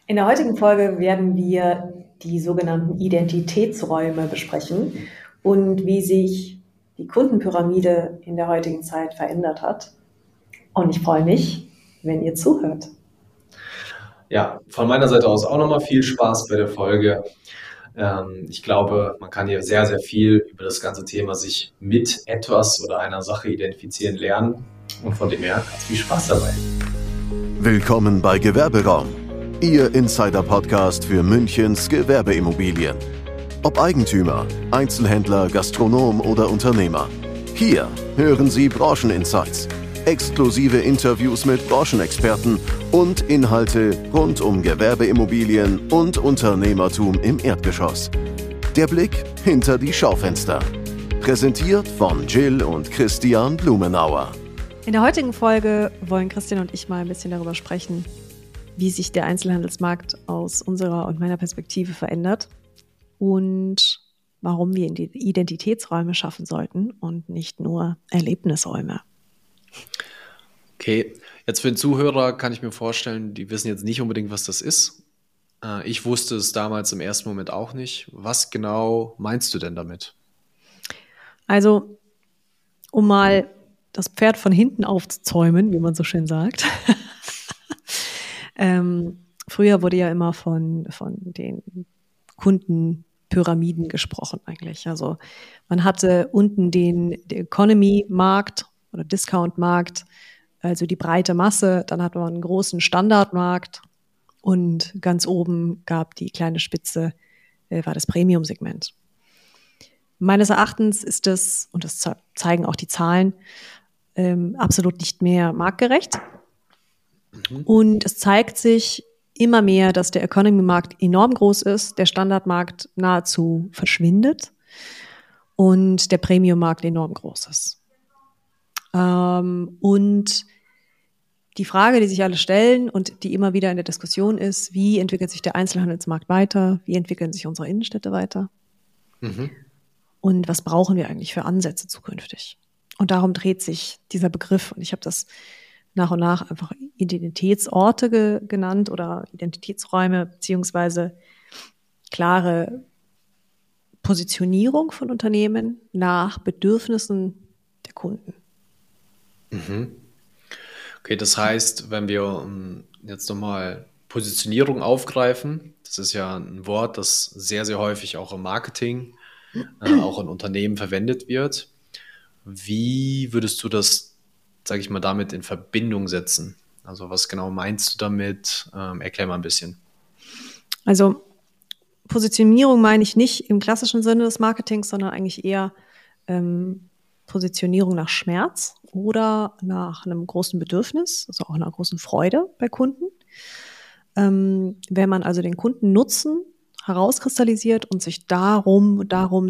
In der heutigen Folge werden wir die sogenannten Identitätsräume besprechen und wie sich die Kundenpyramide in der heutigen Zeit verändert hat. Und ich freue mich, wenn ihr zuhört. Ja, von meiner Seite aus auch nochmal viel Spaß bei der Folge. Ich glaube, man kann hier sehr, sehr viel über das ganze Thema sich mit etwas oder einer Sache identifizieren lernen. Und von dem her ganz viel Spaß dabei. Willkommen bei Gewerberaum, Ihr Insider-Podcast für Münchens Gewerbeimmobilien. Ob Eigentümer, Einzelhändler, Gastronom oder Unternehmer. Hier hören Sie Brancheninsights, exklusive Interviews mit Branchenexperten und Inhalte rund um Gewerbeimmobilien und Unternehmertum im Erdgeschoss. Der Blick hinter die Schaufenster. Präsentiert von Jill und Christian Blumenauer. In der heutigen Folge wollen Christian und ich mal ein bisschen darüber sprechen, wie sich der Einzelhandelsmarkt aus unserer und meiner Perspektive verändert und warum wir Identitätsräume schaffen sollten und nicht nur Erlebnisräume. Okay, jetzt für den Zuhörer kann ich mir vorstellen, die wissen jetzt nicht unbedingt, was das ist. Ich wusste es damals im ersten Moment auch nicht. Was genau meinst du denn damit? Also, um mal das Pferd von hinten aufzuzäumen, wie man so schön sagt. Früher wurde ja immer von den Kundenpyramiden gesprochen eigentlich. Also man hatte unten den Economy-Markt oder Discount-Markt, also die breite Masse. Dann hat man einen großen Standardmarkt und ganz oben gab die kleine Spitze, war das Premium-Segment. Meines Erachtens ist das, und das zeigen auch die Zahlen, absolut nicht mehr marktgerecht. Und es zeigt sich immer mehr, dass der Economy-Markt enorm groß ist, der Standardmarkt nahezu verschwindet und der Premium-Markt enorm groß ist. Und die Frage, die sich alle stellen und die immer wieder in der Diskussion ist, wie entwickelt sich der Einzelhandelsmarkt weiter? Wie entwickeln sich unsere Innenstädte weiter? Und was brauchen wir eigentlich für Ansätze zukünftig? Und darum dreht sich dieser Begriff. Und ich habe das nach und nach einfach Identitätsorte genannt oder Identitätsräume beziehungsweise klare Positionierung von Unternehmen nach Bedürfnissen der Kunden. Okay, das heißt, wenn wir jetzt nochmal Positionierung aufgreifen, das ist ja ein Wort, das sehr, sehr häufig auch im Marketing, auch in Unternehmen verwendet wird. Wie würdest du das, sage ich mal, damit in Verbindung setzen? Also was genau meinst du damit? Erklär mal ein bisschen. Also Positionierung meine ich nicht im klassischen Sinne des Marketings, sondern eigentlich eher Positionierung nach Schmerz oder nach einem großen Bedürfnis, also auch einer großen Freude bei Kunden. Wenn man also den Kundennutzen herauskristallisiert und sich darum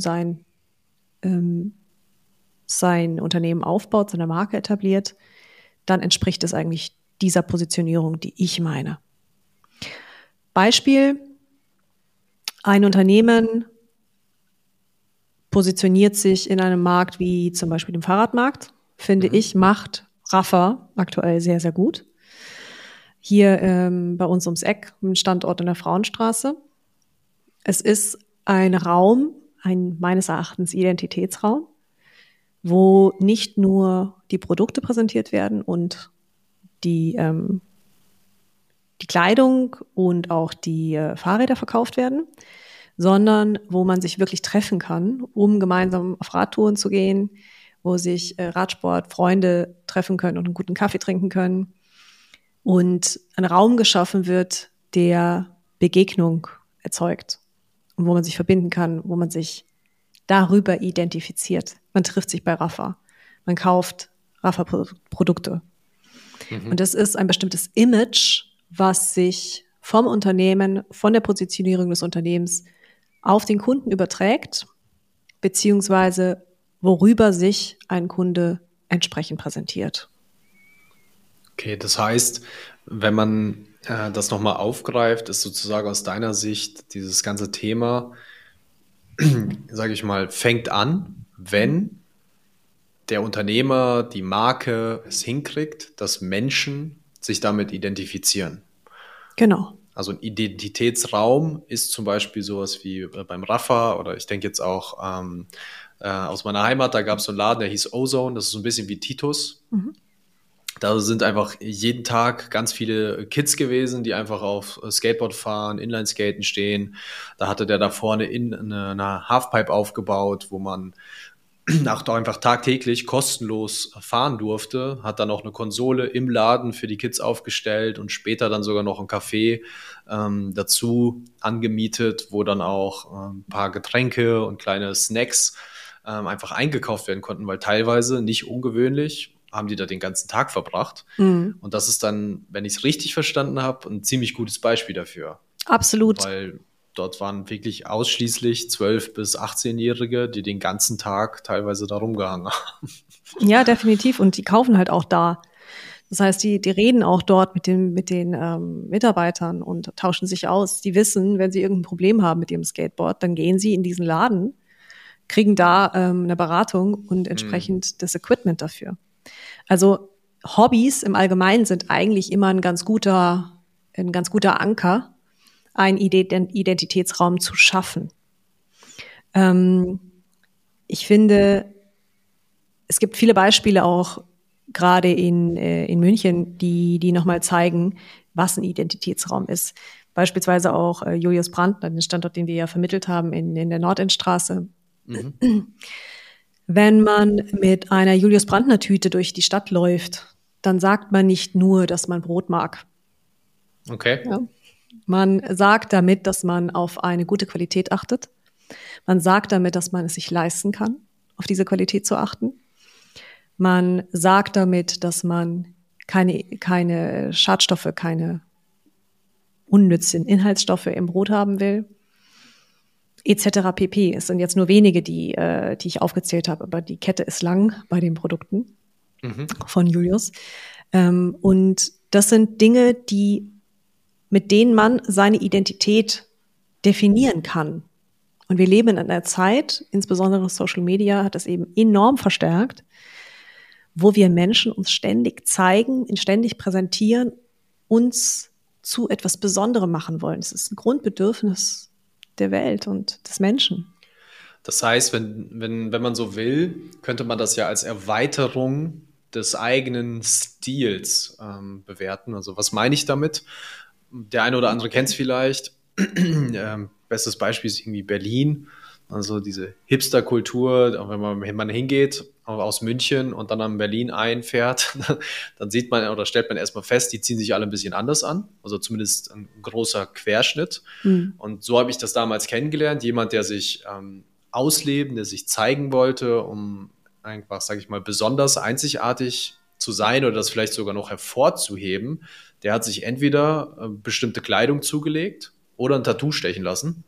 sein Unternehmen aufbaut, seine Marke etabliert, dann entspricht es eigentlich dieser Positionierung, die ich meine. Beispiel: Ein Unternehmen positioniert sich in einem Markt wie zum Beispiel dem Fahrradmarkt, finde ich, macht Raffa aktuell sehr, sehr gut. Hier bei uns ums Eck, ein Standort in der Frauenstraße. Es ist ein Raum, ein meines Erachtens Identitätsraum, wo nicht nur die Produkte präsentiert werden und die Kleidung und auch die Fahrräder verkauft werden, sondern wo man sich wirklich treffen kann, um gemeinsam auf Radtouren zu gehen, wo sich Radsportfreunde treffen können und einen guten Kaffee trinken können und ein Raum geschaffen wird, der Begegnung erzeugt und wo man sich verbinden kann, wo man sich darüber identifiziert. Man trifft sich bei Raffa, man kauft Raffa-Produkte. Und das ist ein bestimmtes Image, was sich vom Unternehmen, von der Positionierung des Unternehmens auf den Kunden überträgt, beziehungsweise worüber sich ein Kunde entsprechend präsentiert. Okay, das heißt, wenn man das nochmal aufgreift, ist sozusagen aus deiner Sicht dieses ganze Thema, sage ich mal, fängt an, wenn der Unternehmer, die Marke es hinkriegt, dass Menschen sich damit identifizieren. Genau. Also ein Identitätsraum ist zum Beispiel sowas wie beim Rafa oder ich denke jetzt auch aus meiner Heimat, da gab es so einen Laden, der hieß Ozone, das ist so ein bisschen wie Titus. Da sind einfach jeden Tag ganz viele Kids gewesen, die einfach auf Skateboard fahren, Inlineskaten stehen. Da hatte der da vorne eine Halfpipe aufgebaut, wo man auch einfach tagtäglich kostenlos fahren durfte, hat dann auch eine Konsole im Laden für die Kids aufgestellt und später dann sogar noch ein Café dazu angemietet, wo dann auch ein paar Getränke und kleine Snacks einfach eingekauft werden konnten, weil teilweise, nicht ungewöhnlich, haben die da den ganzen Tag verbracht. Und das ist dann, wenn ich es richtig verstanden habe, ein ziemlich gutes Beispiel dafür. Absolut. Weil dort waren wirklich ausschließlich 12- bis 18-Jährige, die den ganzen Tag teilweise da rumgehangen haben. Ja, definitiv. Und die kaufen halt auch da. Das heißt, die reden auch dort mit den Mitarbeitern und tauschen sich aus. Die wissen, wenn sie irgendein Problem haben mit ihrem Skateboard, dann gehen sie in diesen Laden, kriegen da eine Beratung und entsprechend das Equipment dafür. Also Hobbys im Allgemeinen sind eigentlich immer ein ganz guter Anker, einen Identitätsraum zu schaffen. Ich finde, es gibt viele Beispiele auch gerade in München, die nochmal zeigen, was ein Identitätsraum ist. Beispielsweise auch Julius Brandner, den Standort, den wir ja vermittelt haben in der Nordendstraße. Wenn man mit einer Julius Brandner Tüte durch die Stadt läuft, dann sagt man nicht nur, dass man Brot mag. Okay. Ja. Man sagt damit, dass man auf eine gute Qualität achtet. Man sagt damit, dass man es sich leisten kann, auf diese Qualität zu achten. Man sagt damit, dass man keine Schadstoffe, keine unnützen Inhaltsstoffe im Brot haben will, etc. pp. Es sind jetzt nur wenige, die ich aufgezählt habe, aber die Kette ist lang bei den Produkten von Julius. Und das sind Dinge, mit denen man seine Identität definieren kann. Und wir leben in einer Zeit, insbesondere Social Media hat das eben enorm verstärkt, wo wir Menschen uns ständig zeigen, ständig präsentieren, uns zu etwas Besonderem machen wollen. Es ist ein Grundbedürfnis der Welt und des Menschen. Das heißt, wenn man so will, könnte man das ja als Erweiterung des eigenen Stils bewerten. Also was meine ich damit? Der eine oder andere kennt es vielleicht. Bestes Beispiel ist irgendwie Berlin. Also diese Hipster-Kultur, auch wenn man hingeht aus München und dann an Berlin einfährt, dann sieht man oder stellt man erstmal fest, die ziehen sich alle ein bisschen anders an. Also zumindest ein großer Querschnitt. Und so habe ich das damals kennengelernt. Jemand, der sich ausleben, der sich zeigen wollte, um einfach, sage ich mal, besonders einzigartig zu sein oder das vielleicht sogar noch hervorzuheben, der hat sich entweder bestimmte Kleidung zugelegt oder ein Tattoo stechen lassen.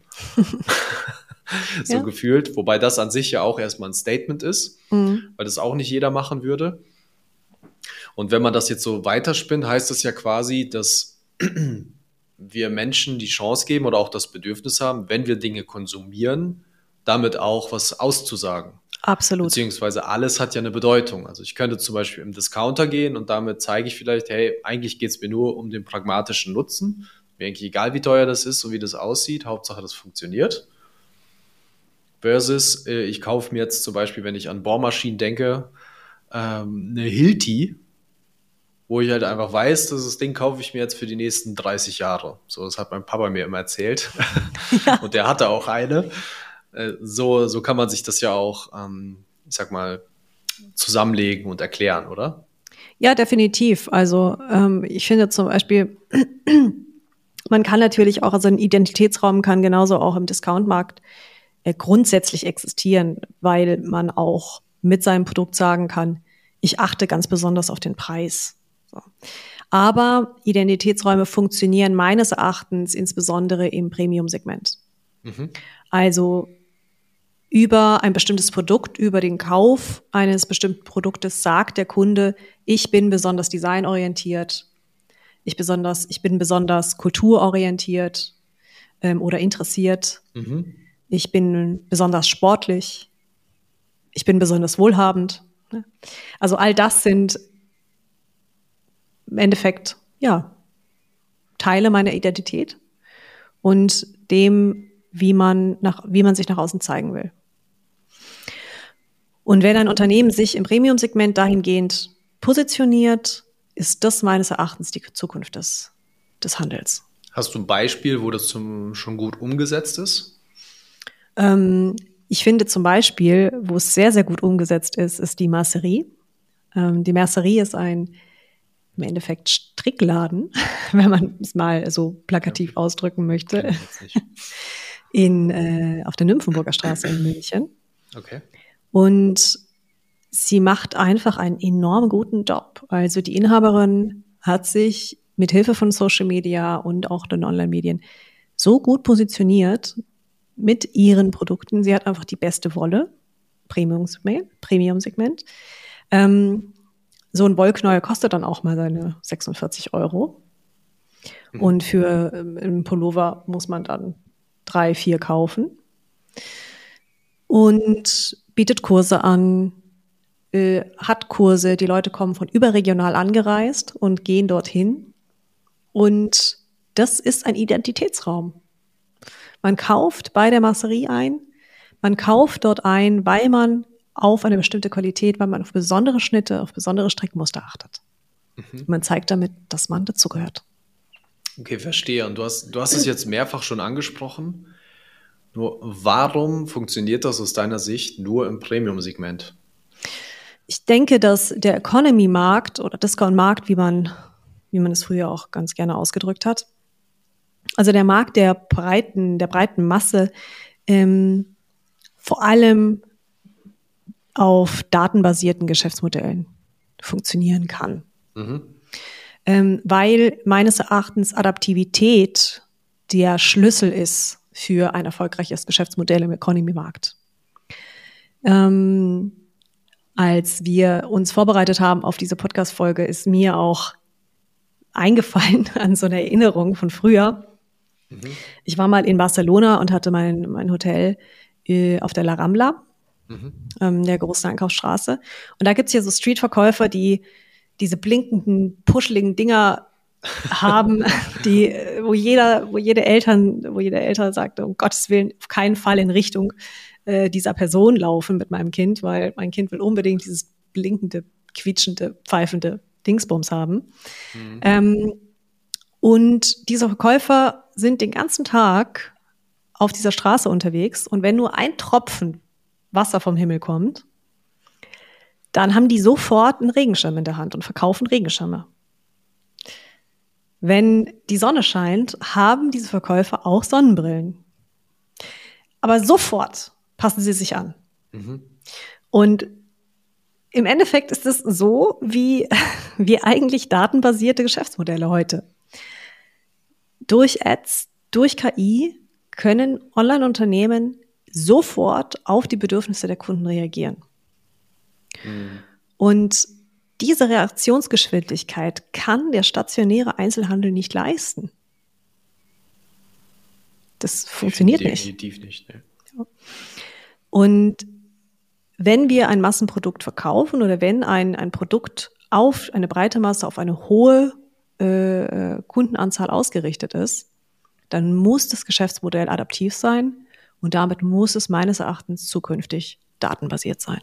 So ja. Gefühlt, wobei das an sich ja auch erstmal ein Statement ist, weil das auch nicht jeder machen würde. Und wenn man das jetzt so weiterspinnt, heißt das ja quasi, dass wir Menschen die Chance geben oder auch das Bedürfnis haben, wenn wir Dinge konsumieren, damit auch was auszusagen. Absolut. Beziehungsweise alles hat ja eine Bedeutung. Also ich könnte zum Beispiel im Discounter gehen und damit zeige ich vielleicht, hey, eigentlich geht es mir nur um den pragmatischen Nutzen. Mir eigentlich egal, wie teuer das ist und wie das aussieht, Hauptsache das funktioniert. Versus, ich kaufe mir jetzt zum Beispiel, wenn ich an Bohrmaschinen denke, eine Hilti, wo ich halt einfach weiß, dass das Ding kaufe ich mir jetzt für die nächsten 30 Jahre. So, das hat mein Papa mir immer erzählt. Ja. Und der hatte auch eine. So kann man sich das ja auch, ich sag mal, zusammenlegen und erklären, oder? Ja, definitiv. Also ich finde zum Beispiel, man kann natürlich auch, also ein Identitätsraum kann genauso auch im Discountmarkt grundsätzlich existieren, weil man auch mit seinem Produkt sagen kann, ich achte ganz besonders auf den Preis. So. Aber Identitätsräume funktionieren meines Erachtens insbesondere im Premium-Segment. Also über ein bestimmtes Produkt, über den Kauf eines bestimmten Produktes sagt der Kunde, ich bin besonders designorientiert, ich bin besonders kulturorientiert oder interessiert. Ich bin besonders sportlich. Ich bin besonders wohlhabend. Also all das sind im Endeffekt, ja, Teile meiner Identität und dem, wie man sich nach außen zeigen will. Und wenn ein Unternehmen sich im Premium-Segment dahingehend positioniert, ist das meines Erachtens die Zukunft des Handels. Hast du ein Beispiel, wo das schon gut umgesetzt ist? Ich finde zum Beispiel, wo es sehr, sehr gut umgesetzt ist die Mercerie. Die Mercerie ist ein im Endeffekt Strickladen, wenn man es mal so plakativ ausdrücken möchte, auf der Nymphenburger Straße in München. Okay. Und sie macht einfach einen enorm guten Job. Also die Inhaberin hat sich mit Hilfe von Social Media und auch den Online-Medien so gut positioniert mit ihren Produkten. Sie hat einfach die beste Wolle, Premium-Segment. So ein Wollknäuel kostet dann auch mal seine 46 €. Und für einen Pullover muss man dann 3, 4 kaufen. Und bietet Kurse an, hat Kurse, die Leute kommen von überregional angereist und gehen dorthin. Und das ist ein Identitätsraum. Man kauft bei der Mercerie ein, man kauft dort ein, weil man auf eine bestimmte Qualität, weil man auf besondere Schnitte, auf besondere Strickmuster achtet. Man zeigt damit, dass man dazugehört. Okay, verstehe. Und du hast es jetzt mehrfach schon angesprochen. Nur warum funktioniert das aus deiner Sicht nur im Premium-Segment? Ich denke, dass der Economy-Markt oder Discount-Markt, wie man es früher auch ganz gerne ausgedrückt hat, also der Markt der breiten Masse, vor allem auf datenbasierten Geschäftsmodellen funktionieren kann. Weil meines Erachtens Adaptivität der Schlüssel ist für ein erfolgreiches Geschäftsmodell im Economy-Markt. Als wir uns vorbereitet haben auf diese Podcast-Folge, ist mir auch eingefallen an so eine Erinnerung von früher. Ich war mal in Barcelona und hatte mein Hotel auf der La Rambla, der großen Einkaufsstraße. Und da gibt's hier so Streetverkäufer, die diese blinkenden, puscheligen Dinger haben, wo jede Eltern sagt, um Gottes Willen, auf keinen Fall in Richtung dieser Person laufen mit meinem Kind, weil mein Kind will unbedingt dieses blinkende, quietschende, pfeifende Dingsbums haben. Und diese Verkäufer sind den ganzen Tag auf dieser Straße unterwegs und wenn nur ein Tropfen Wasser vom Himmel kommt, dann haben die sofort einen Regenschirm in der Hand und verkaufen Regenschirme. Wenn die Sonne scheint, haben diese Verkäufer auch Sonnenbrillen. Aber sofort passen sie sich an. Und im Endeffekt ist es so wie eigentlich datenbasierte Geschäftsmodelle heute. Durch Ads, durch KI können Online-Unternehmen sofort auf die Bedürfnisse der Kunden reagieren. Und diese Reaktionsgeschwindigkeit kann der stationäre Einzelhandel nicht leisten. Das funktioniert nicht. Definitiv nicht. Ne? Und wenn wir ein Massenprodukt verkaufen oder wenn ein Produkt auf eine breite Masse, auf eine hohe Kundenanzahl ausgerichtet ist, dann muss das Geschäftsmodell adaptiv sein und damit muss es meines Erachtens zukünftig datenbasiert sein.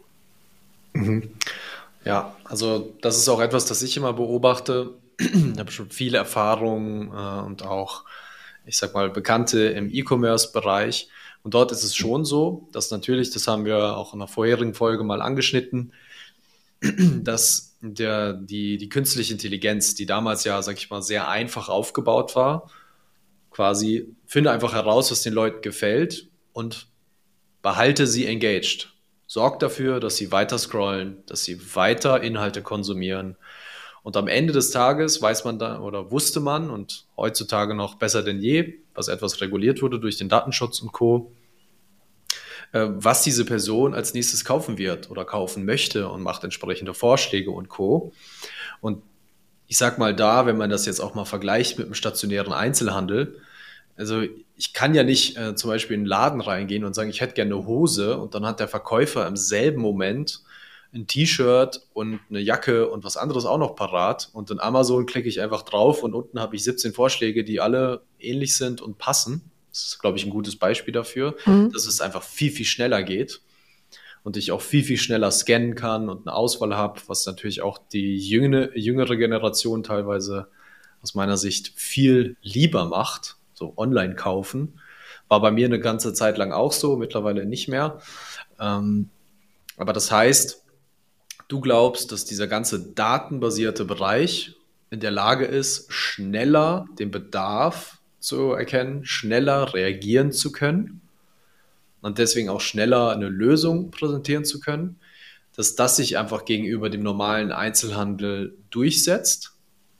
Ja, also das ist auch etwas, das ich immer beobachte. Ich habe schon viele Erfahrungen und auch, ich sag mal, Bekannte im E-Commerce-Bereich. Und dort ist es schon so, dass natürlich, das haben wir auch in der vorherigen Folge mal angeschnitten, dass die künstliche Intelligenz, die damals ja, sag ich mal, sehr einfach aufgebaut war, quasi finde einfach heraus, was den Leuten gefällt und behalte sie engaged. Sorgt dafür, dass sie weiter scrollen, dass sie weiter Inhalte konsumieren. Und am Ende des Tages weiß man da oder wusste man und heutzutage noch besser denn je, was etwas reguliert wurde durch den Datenschutz und Co., was diese Person als nächstes kaufen wird oder kaufen möchte und macht entsprechende Vorschläge und Co. Und ich sag mal wenn man das jetzt auch mal vergleicht mit dem stationären Einzelhandel, also ich kann ja nicht zum Beispiel in einen Laden reingehen und sagen, ich hätte gerne eine Hose und dann hat der Verkäufer im selben Moment ein T-Shirt und eine Jacke und was anderes auch noch parat. Und in Amazon klicke ich einfach drauf und unten habe ich 17 Vorschläge, die alle ähnlich sind und passen. Das ist, glaube ich, ein gutes Beispiel dafür, dass es einfach viel, viel schneller geht und ich auch viel, viel schneller scannen kann und eine Auswahl habe, was natürlich auch die jüngere Generation teilweise aus meiner Sicht viel lieber macht, so online kaufen. War bei mir eine ganze Zeit lang auch so, mittlerweile nicht mehr. Aber das heißt, du glaubst, dass dieser ganze datenbasierte Bereich in der Lage ist, schneller den Bedarf zu erkennen, schneller reagieren zu können und deswegen auch schneller eine Lösung präsentieren zu können, dass das sich einfach gegenüber dem normalen Einzelhandel durchsetzt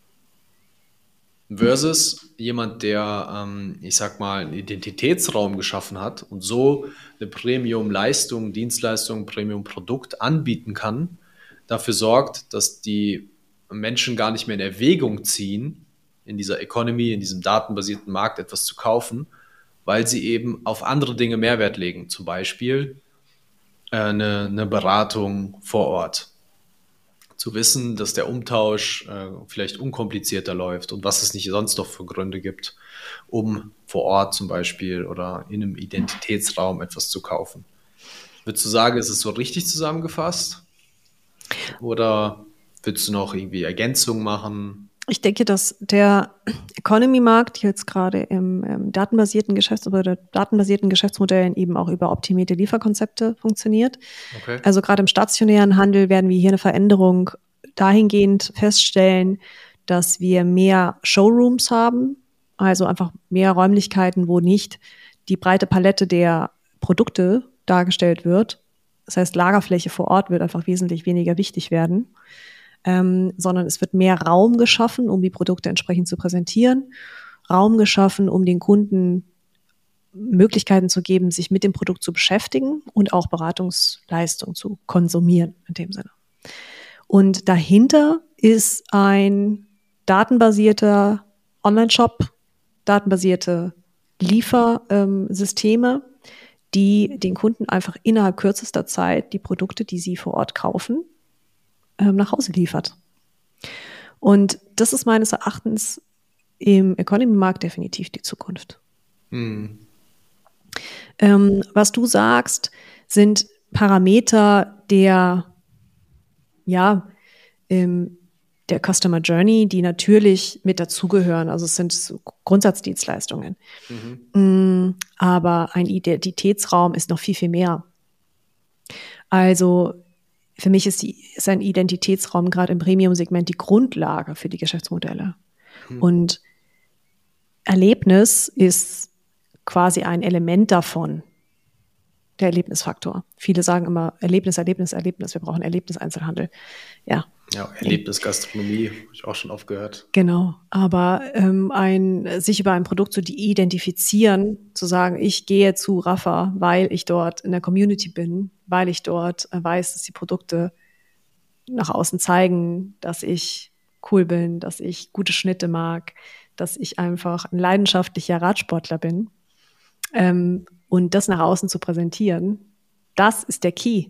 versus jemand, der, ich sag mal, einen Identitätsraum geschaffen hat und so eine Premium-Leistung, Dienstleistung, Premium-Produkt anbieten kann, dafür sorgt, dass die Menschen gar nicht mehr in Erwägung ziehen, in dieser Economy, in diesem datenbasierten Markt etwas zu kaufen, weil sie eben auf andere Dinge Mehrwert legen. Zum Beispiel eine Beratung vor Ort. Zu wissen, dass der Umtausch vielleicht unkomplizierter läuft und was es nicht sonst noch für Gründe gibt, um vor Ort zum Beispiel oder in einem Identitätsraum etwas zu kaufen. Würdest du sagen, ist es so richtig zusammengefasst? Oder würdest du noch irgendwie Ergänzungen machen? Ich denke, dass der Economy-Markt jetzt gerade im datenbasierten Geschäftsmodellen eben auch über optimierte Lieferkonzepte funktioniert. Okay. Also gerade im stationären Handel werden wir hier eine Veränderung dahingehend feststellen, dass wir mehr Showrooms haben, also einfach mehr Räumlichkeiten, wo nicht die breite Palette der Produkte dargestellt wird. Das heißt, Lagerfläche vor Ort wird einfach wesentlich weniger wichtig werden. Sondern es wird mehr Raum geschaffen, um die Produkte entsprechend zu präsentieren, Raum geschaffen, um den Kunden Möglichkeiten zu geben, sich mit dem Produkt zu beschäftigen und auch Beratungsleistung zu konsumieren in dem Sinne. Und dahinter ist ein datenbasierter Online-Shop, datenbasierte Liefersysteme, die den Kunden einfach innerhalb kürzester Zeit die Produkte, die sie vor Ort kaufen, nach Hause liefert. Und das ist meines Erachtens im Economy-Markt definitiv die Zukunft. Was du sagst, sind Parameter der Customer Journey, die natürlich mit dazugehören. Also es sind so Grundsatzdienstleistungen. Aber ein Identitätsraum ist noch viel, viel mehr. Also für mich ist ein Identitätsraum gerade im Premium-Segment die Grundlage für die Geschäftsmodelle. Und Erlebnis ist quasi ein Element davon, der Erlebnisfaktor. Viele sagen immer Erlebnis, Erlebnis, Erlebnis. Wir brauchen Erlebnis-Einzelhandel. Ja, Erlebnisgastronomie, habe ich auch schon oft gehört. Genau, aber sich über ein Produkt zu identifizieren, zu sagen, ich gehe zu Rafa, weil ich dort in der Community bin, weil ich dort weiß, dass die Produkte nach außen zeigen, dass ich cool bin, dass ich gute Schnitte mag, dass ich einfach ein leidenschaftlicher Radsportler bin. Und das nach außen zu präsentieren, das ist der Key.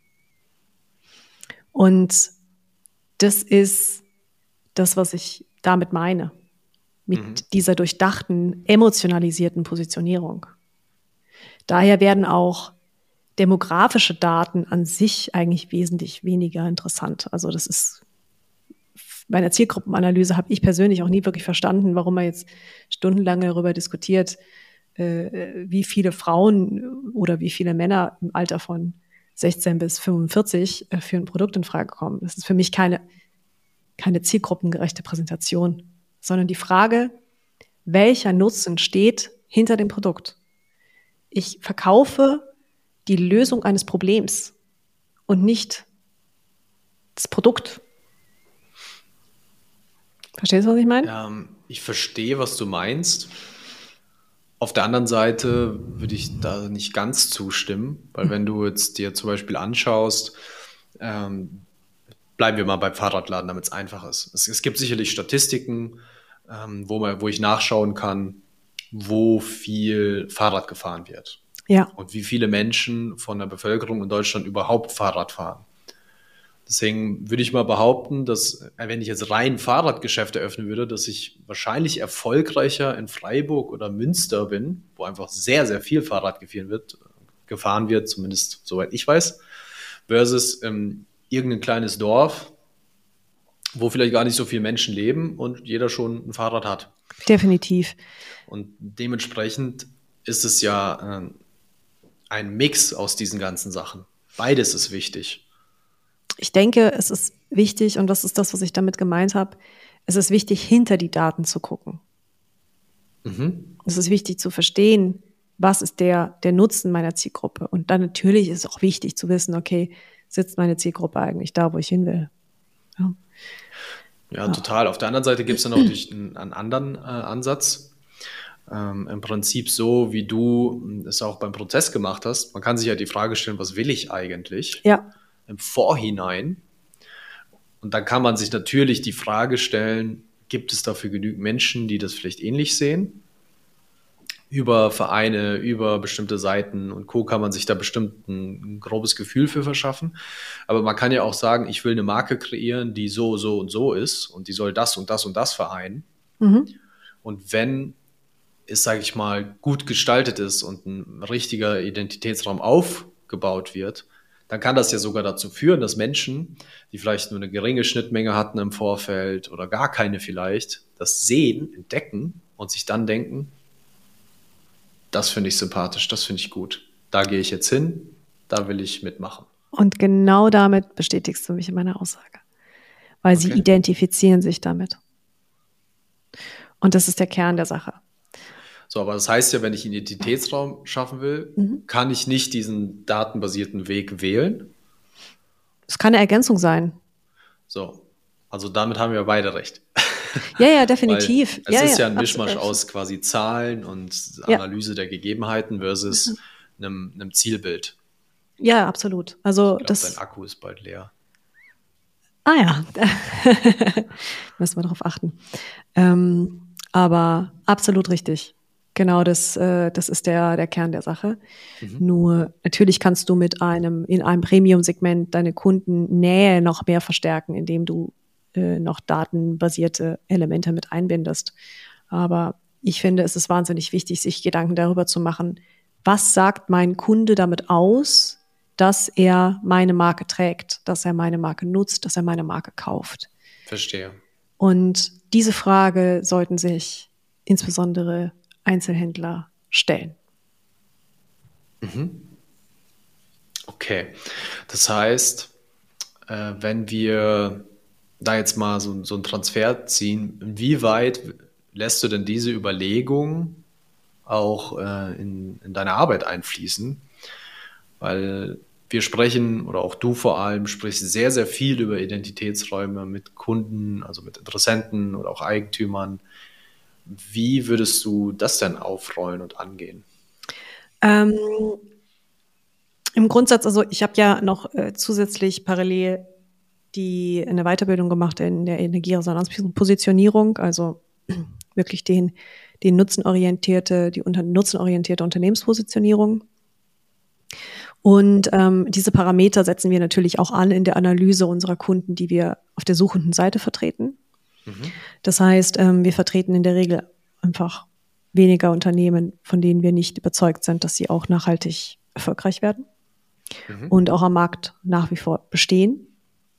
Und das ist das, was ich damit meine, mit dieser durchdachten, emotionalisierten Positionierung. Daher werden auch demografische Daten an sich eigentlich wesentlich weniger interessant. Also das ist, bei einer Zielgruppenanalyse habe ich persönlich auch nie wirklich verstanden, warum man jetzt stundenlang darüber diskutiert, wie viele Frauen oder wie viele Männer im Alter von 16 bis 45 für ein Produkt in Frage kommen. Das ist für mich keine zielgruppengerechte Präsentation, sondern die Frage, welcher Nutzen steht hinter dem Produkt? Ich verkaufe die Lösung eines Problems und nicht das Produkt. Verstehst du, was ich meine? Ich verstehe, was du meinst. Auf der anderen Seite würde ich da nicht ganz zustimmen, weil wenn du jetzt dir zum Beispiel anschaust, bleiben wir mal beim Fahrradladen, damit es einfach ist. Es gibt sicherlich Statistiken, wo ich nachschauen kann, wo viel Fahrrad gefahren wird. Ja. Und wie viele Menschen von der Bevölkerung in Deutschland überhaupt Fahrrad fahren. Deswegen würde ich mal behaupten, dass, wenn ich jetzt rein Fahrradgeschäft eröffnen würde, dass ich wahrscheinlich erfolgreicher in Freiburg oder Münster bin, wo einfach sehr, sehr viel Fahrrad gefahren wird, zumindest soweit ich weiß, versus irgendein kleines Dorf, wo vielleicht gar nicht so viele Menschen leben und jeder schon ein Fahrrad hat. Definitiv. Und dementsprechend ist es ja ein Mix aus diesen ganzen Sachen. Beides ist wichtig. Ich denke, es ist wichtig, und das ist das, was ich damit gemeint habe, es ist wichtig, hinter die Daten zu gucken. Es ist wichtig zu verstehen, was ist der Nutzen meiner Zielgruppe. Und dann natürlich ist es auch wichtig zu wissen, okay, sitzt meine Zielgruppe eigentlich da, wo ich hin will? Ja, total. Auf der anderen Seite gibt es dann auch einen anderen Ansatz. Im Prinzip so, wie du es auch beim Prozess gemacht hast. Man kann sich ja die Frage stellen, was will ich eigentlich? Ja. Im Vorhinein. Und dann kann man sich natürlich die Frage stellen, gibt es dafür genügend Menschen, die das vielleicht ähnlich sehen? Über Vereine, über bestimmte Seiten und Co. kann man sich da bestimmt ein grobes Gefühl für verschaffen. Aber man kann ja auch sagen, ich will eine Marke kreieren, die so, so und so ist und die soll das und das und das vereinen. Und wenn es, sage ich mal, gut gestaltet ist und ein richtiger Identitätsraum aufgebaut wird, dann kann das ja sogar dazu führen, dass Menschen, die vielleicht nur eine geringe Schnittmenge hatten im Vorfeld oder gar keine vielleicht, das sehen, entdecken und sich dann denken, das finde ich sympathisch, das finde ich gut. Da gehe ich jetzt hin, da will ich mitmachen. Und genau damit bestätigst du mich in meiner Aussage. Weil sie identifizieren sich damit. Und das ist der Kern der Sache. So, aber das heißt ja, wenn ich einen Identitätsraum schaffen will, kann ich nicht diesen datenbasierten Weg wählen. Es kann eine Ergänzung sein. So, also damit haben wir beide recht. Ja, definitiv. Weil es ist ja ein Mischmasch aus quasi Zahlen und Analyse der Gegebenheiten versus einem Zielbild. Ja, absolut. Also ich glaube, dein Akku ist bald leer. Müssen wir darauf achten. Aber absolut richtig. Genau, das ist der Kern der Sache. Nur natürlich kannst du in einem Premium-Segment deine Kundennähe noch mehr verstärken, indem du noch datenbasierte Elemente mit einbindest. Aber ich finde, es ist wahnsinnig wichtig, sich Gedanken darüber zu machen, was sagt mein Kunde damit aus, dass er meine Marke trägt, dass er meine Marke nutzt, dass er meine Marke kauft. Verstehe. Und diese Frage sollten sich insbesondere Einzelhändler stellen. Okay, das heißt, wenn wir da jetzt mal so einen Transfer ziehen, inwieweit lässt du denn diese Überlegung auch in deine Arbeit einfließen? Weil wir sprechen, oder auch du vor allem, sprichst sehr, sehr viel über Identitätsräume mit Kunden, also mit Interessenten oder auch Eigentümern. Wie würdest du das denn aufrollen und angehen? Im Grundsatz, also ich habe ja noch zusätzlich parallel eine Weiterbildung gemacht in der Energieresonanzpositionierung, also wirklich die nutzenorientierte Unternehmenspositionierung. Und diese Parameter setzen wir natürlich auch an in der Analyse unserer Kunden, die wir auf der suchenden Seite vertreten. Das heißt, wir vertreten in der Regel einfach weniger Unternehmen, von denen wir nicht überzeugt sind, dass sie auch nachhaltig erfolgreich werden und auch am Markt nach wie vor bestehen.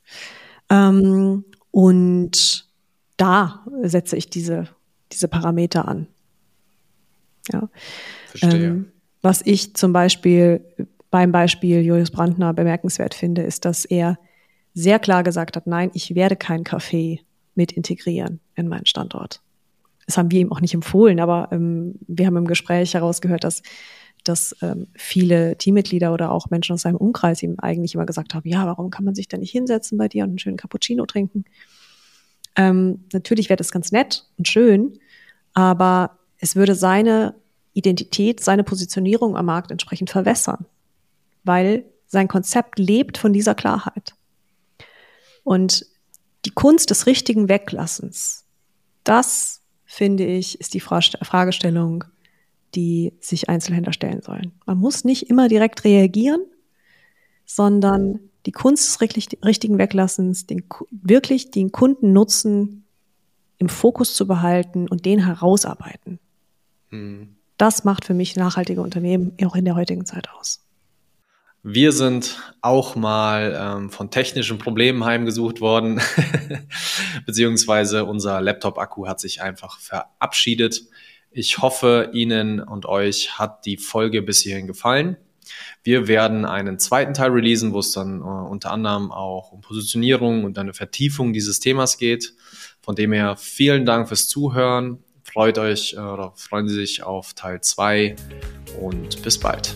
Und da setze ich diese Parameter an. Ja. Verstehe. Was ich zum Beispiel beim Beispiel Julius Brandner bemerkenswert finde, ist, dass er sehr klar gesagt hat, nein, ich werde kein Café mit integrieren in meinen Standort. Das haben wir ihm auch nicht empfohlen, aber wir haben im Gespräch herausgehört, dass viele Teammitglieder oder auch Menschen aus seinem Umkreis ihm eigentlich immer gesagt haben, ja, warum kann man sich da nicht hinsetzen bei dir und einen schönen Cappuccino trinken? Natürlich wäre das ganz nett und schön, aber es würde seine Identität, seine Positionierung am Markt entsprechend verwässern, weil sein Konzept lebt von dieser Klarheit. Und die Kunst des richtigen Weglassens, das, finde ich, ist die Fragestellung, die sich Einzelhändler stellen sollen. Man muss nicht immer direkt reagieren, sondern die Kunst des richtigen Weglassens, wirklich den Kundennutzen im Fokus zu behalten und den herausarbeiten. Das macht für mich nachhaltige Unternehmen auch in der heutigen Zeit aus. Wir sind auch mal von technischen Problemen heimgesucht worden, beziehungsweise unser Laptop-Akku hat sich einfach verabschiedet. Ich hoffe, Ihnen und euch hat die Folge bis hierhin gefallen. Wir werden einen zweiten Teil releasen, wo es dann unter anderem auch um Positionierung und eine Vertiefung dieses Themas geht. Von dem her vielen Dank fürs Zuhören. Freuen Sie sich auf Teil 2 und bis bald.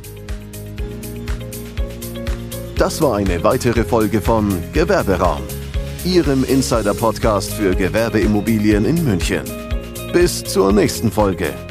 Das war eine weitere Folge von Gewerberaum, Ihrem Insider-Podcast für Gewerbeimmobilien in München. Bis zur nächsten Folge.